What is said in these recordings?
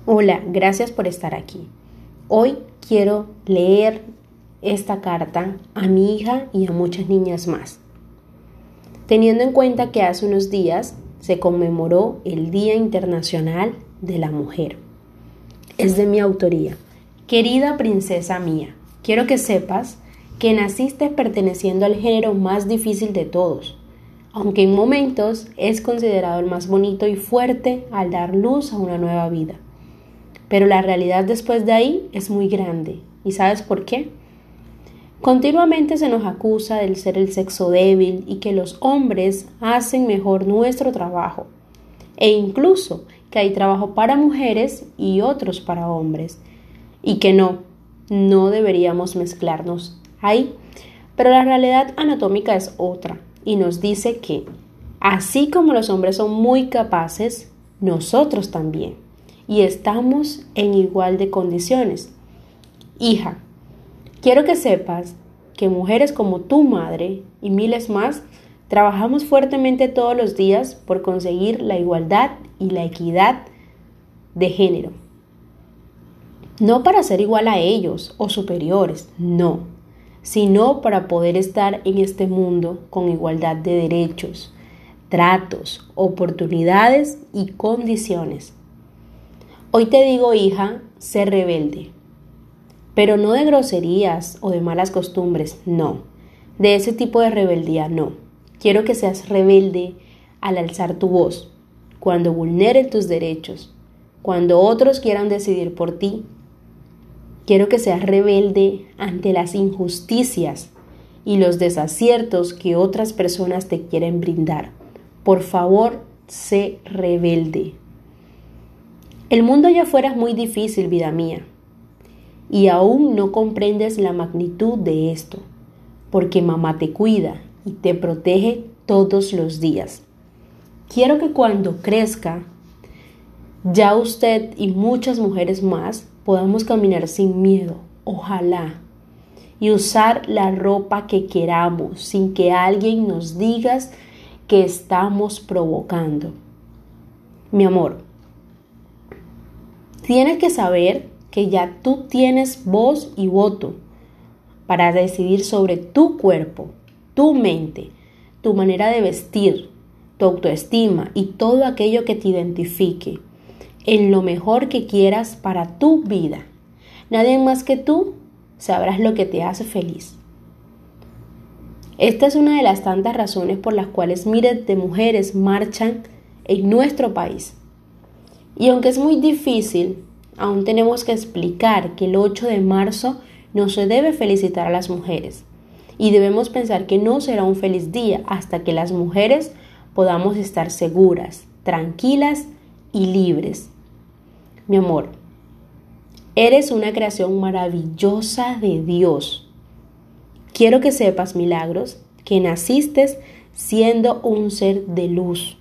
Hola, gracias por estar aquí. Hoy quiero leer esta carta a mi hija y a muchas niñas más. Teniendo en cuenta que hace unos días se conmemoró el Día Internacional de la Mujer. Es de mi autoría. Querida princesa mía, quiero que sepas que naciste perteneciendo al género más difícil de todos, aunque en momentos es considerado el más bonito y fuerte al dar luz a una nueva vida. Pero la realidad después de ahí es muy grande. ¿Y sabes por qué? Continuamente se nos acusa de ser el sexo débil y que los hombres hacen mejor nuestro trabajo. E incluso que hay trabajo para mujeres y otros para hombres. Y que no deberíamos mezclarnos ahí. Pero la realidad anatómica es otra y nos dice que, así como los hombres son muy capaces, nosotros también. Y estamos en igual de condiciones. Hija, quiero que sepas que mujeres como tu madre y miles más trabajamos fuertemente todos los días por conseguir la igualdad y la equidad de género. No para ser igual a ellos o superiores, no, sino para poder estar en este mundo con igualdad de derechos, tratos, oportunidades y condiciones. Hoy te digo, hija, sé rebelde, pero no de groserías o de malas costumbres, no. De ese tipo de rebeldía, no. Quiero que seas rebelde al alzar tu voz, cuando vulneren tus derechos, cuando otros quieran decidir por ti. Quiero que seas rebelde ante las injusticias y los desaciertos que otras personas te quieren brindar. Por favor, sé rebelde. El mundo allá afuera es muy difícil, vida mía, y aún no comprendes la magnitud de esto, porque mamá te cuida y te protege todos los días. Quiero que cuando crezca, ya usted y muchas mujeres más podamos caminar sin miedo, ojalá, y usar la ropa que queramos sin que alguien nos diga que estamos provocando. Mi amor, tienes que saber que ya tú tienes voz y voto para decidir sobre tu cuerpo, tu mente, tu manera de vestir, tu autoestima y todo aquello que te identifique en lo mejor que quieras para tu vida. Nadie más que tú sabrás lo que te hace feliz. Esta es una de las tantas razones por las cuales miles de mujeres marchan en nuestro país. Y aunque es muy difícil, aún tenemos que explicar que el 8 de marzo no se debe felicitar a las mujeres. Y debemos pensar que no será un feliz día hasta que las mujeres podamos estar seguras, tranquilas y libres. Mi amor, eres una creación maravillosa de Dios. Quiero que sepas, Milagros, que naciste siendo un ser de luz.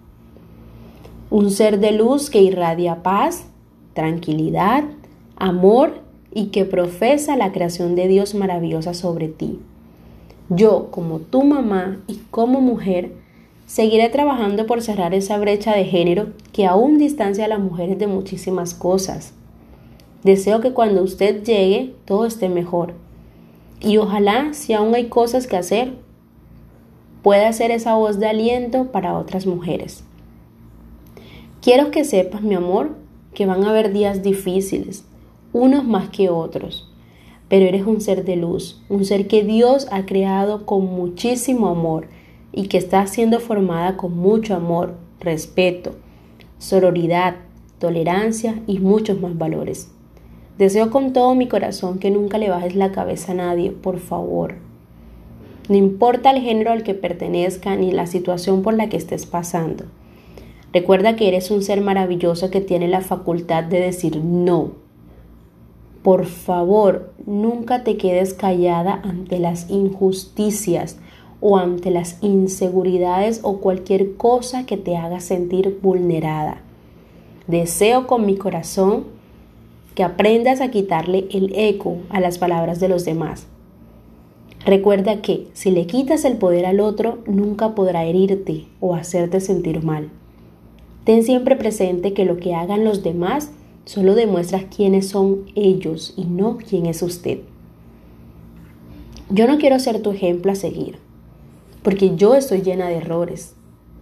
Un ser de luz que irradia paz, tranquilidad, amor y que profesa la creación de Dios maravillosa sobre ti. Yo, como tu mamá y como mujer, seguiré trabajando por cerrar esa brecha de género que aún distancia a las mujeres de muchísimas cosas. Deseo que cuando usted llegue todo esté mejor. Y ojalá, si aún hay cosas que hacer, pueda ser esa voz de aliento para otras mujeres. Quiero que sepas, mi amor, que van a haber días difíciles, unos más que otros, pero eres un ser de luz, un ser que Dios ha creado con muchísimo amor y que está siendo formada con mucho amor, respeto, sororidad, tolerancia y muchos más valores. Deseo con todo mi corazón que nunca le bajes la cabeza a nadie, por favor. No importa el género al que pertenezca ni la situación por la que estés pasando. Recuerda que eres un ser maravilloso que tiene la facultad de decir no. Por favor, nunca te quedes callada ante las injusticias o ante las inseguridades o cualquier cosa que te haga sentir vulnerada. Deseo con mi corazón que aprendas a quitarle el eco a las palabras de los demás. Recuerda que si le quitas el poder al otro, nunca podrá herirte o hacerte sentir mal. Ten siempre presente que lo que hagan los demás solo demuestras quiénes son ellos y no quién es usted. Yo no quiero ser tu ejemplo a seguir, porque yo estoy llena de errores.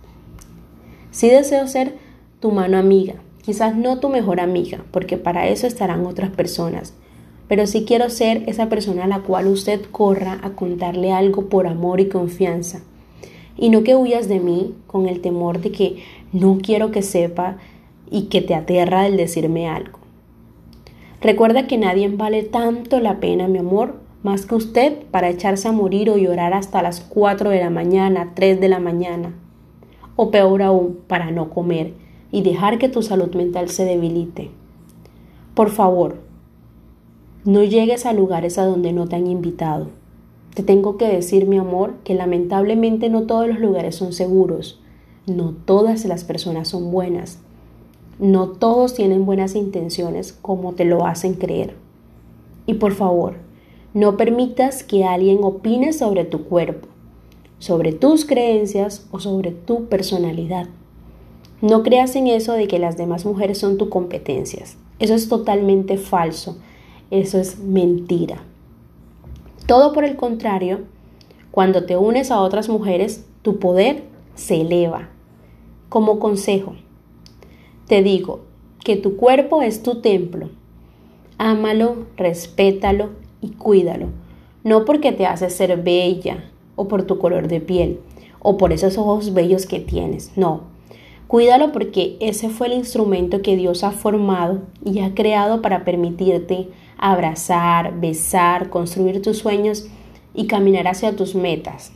Sí deseo ser tu mano amiga, quizás no tu mejor amiga, porque para eso estarán otras personas, pero sí quiero ser esa persona a la cual usted corra a contarle algo por amor y confianza, y no que huyas de mí con el temor de que no quiero que sepa y que te aterra el decirme algo. Recuerda que nadie vale tanto la pena, mi amor, más que usted para echarse a morir o llorar hasta las 4 de la mañana, 3 de la mañana, o peor aún, para no comer y dejar que tu salud mental se debilite. Por favor, no llegues a lugares a donde no te han invitado. Te tengo que decir, mi amor, que lamentablemente no todos los lugares son seguros. No todas las personas son buenas. No todos tienen buenas intenciones como te lo hacen creer. Y por favor, no permitas que alguien opine sobre tu cuerpo, sobre tus creencias o sobre tu personalidad. No creas en eso de que las demás mujeres son tus competencias. Eso es totalmente falso. Eso es mentira. Todo por el contrario, cuando te unes a otras mujeres, tu poder se eleva. Como consejo, te digo que tu cuerpo es tu templo. Ámalo, respétalo y cuídalo. No porque te hace ser bella o por tu color de piel o por esos ojos bellos que tienes. No, cuídalo porque ese fue el instrumento que Dios ha formado y ha creado para permitirte abrazar, besar, construir tus sueños y caminar hacia tus metas.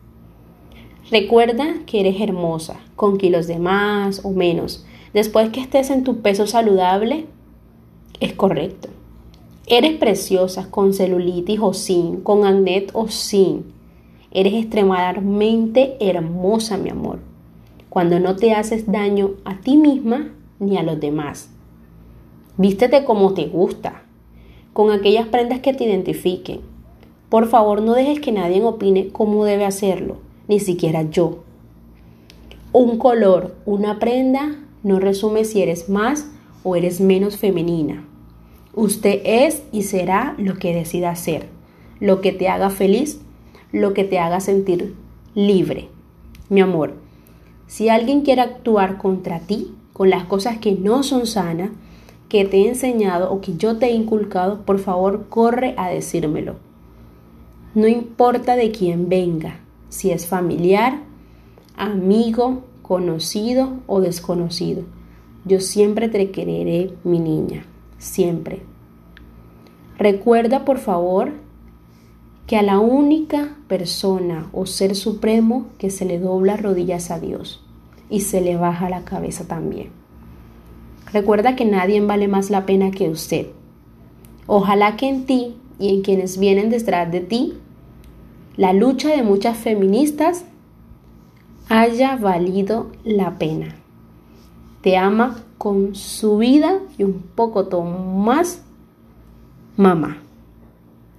Recuerda que eres hermosa, con kilos de más o menos. Después que estés en tu peso saludable, es correcto. Eres preciosa, con celulitis o sin, con acné o sin. Eres extremadamente hermosa, mi amor, cuando no te haces daño a ti misma ni a los demás. Vístete como te gusta, con aquellas prendas que te identifiquen. Por favor, no dejes que nadie opine cómo debe hacerlo, ni siquiera yo. Un color, una prenda, no resume si eres más o eres menos femenina. Usted es y será lo que decida ser, lo que te haga feliz, lo que te haga sentir libre. Mi amor, si alguien quiere actuar contra ti con las cosas que no son sanas, que te he enseñado o que yo te he inculcado, por favor, corre a decírmelo. No importa de quién venga, si es familiar, amigo, conocido o desconocido. Yo siempre te quereré, mi niña, siempre. Recuerda, por favor, que a la única persona o ser supremo que se le dobla rodillas a Dios y se le baja la cabeza también. Recuerda que nadie vale más la pena que usted. Ojalá que en ti y en quienes vienen detrás de ti, la lucha de muchas feministas haya valido la pena. Te ama con su vida y un poco más, mamá.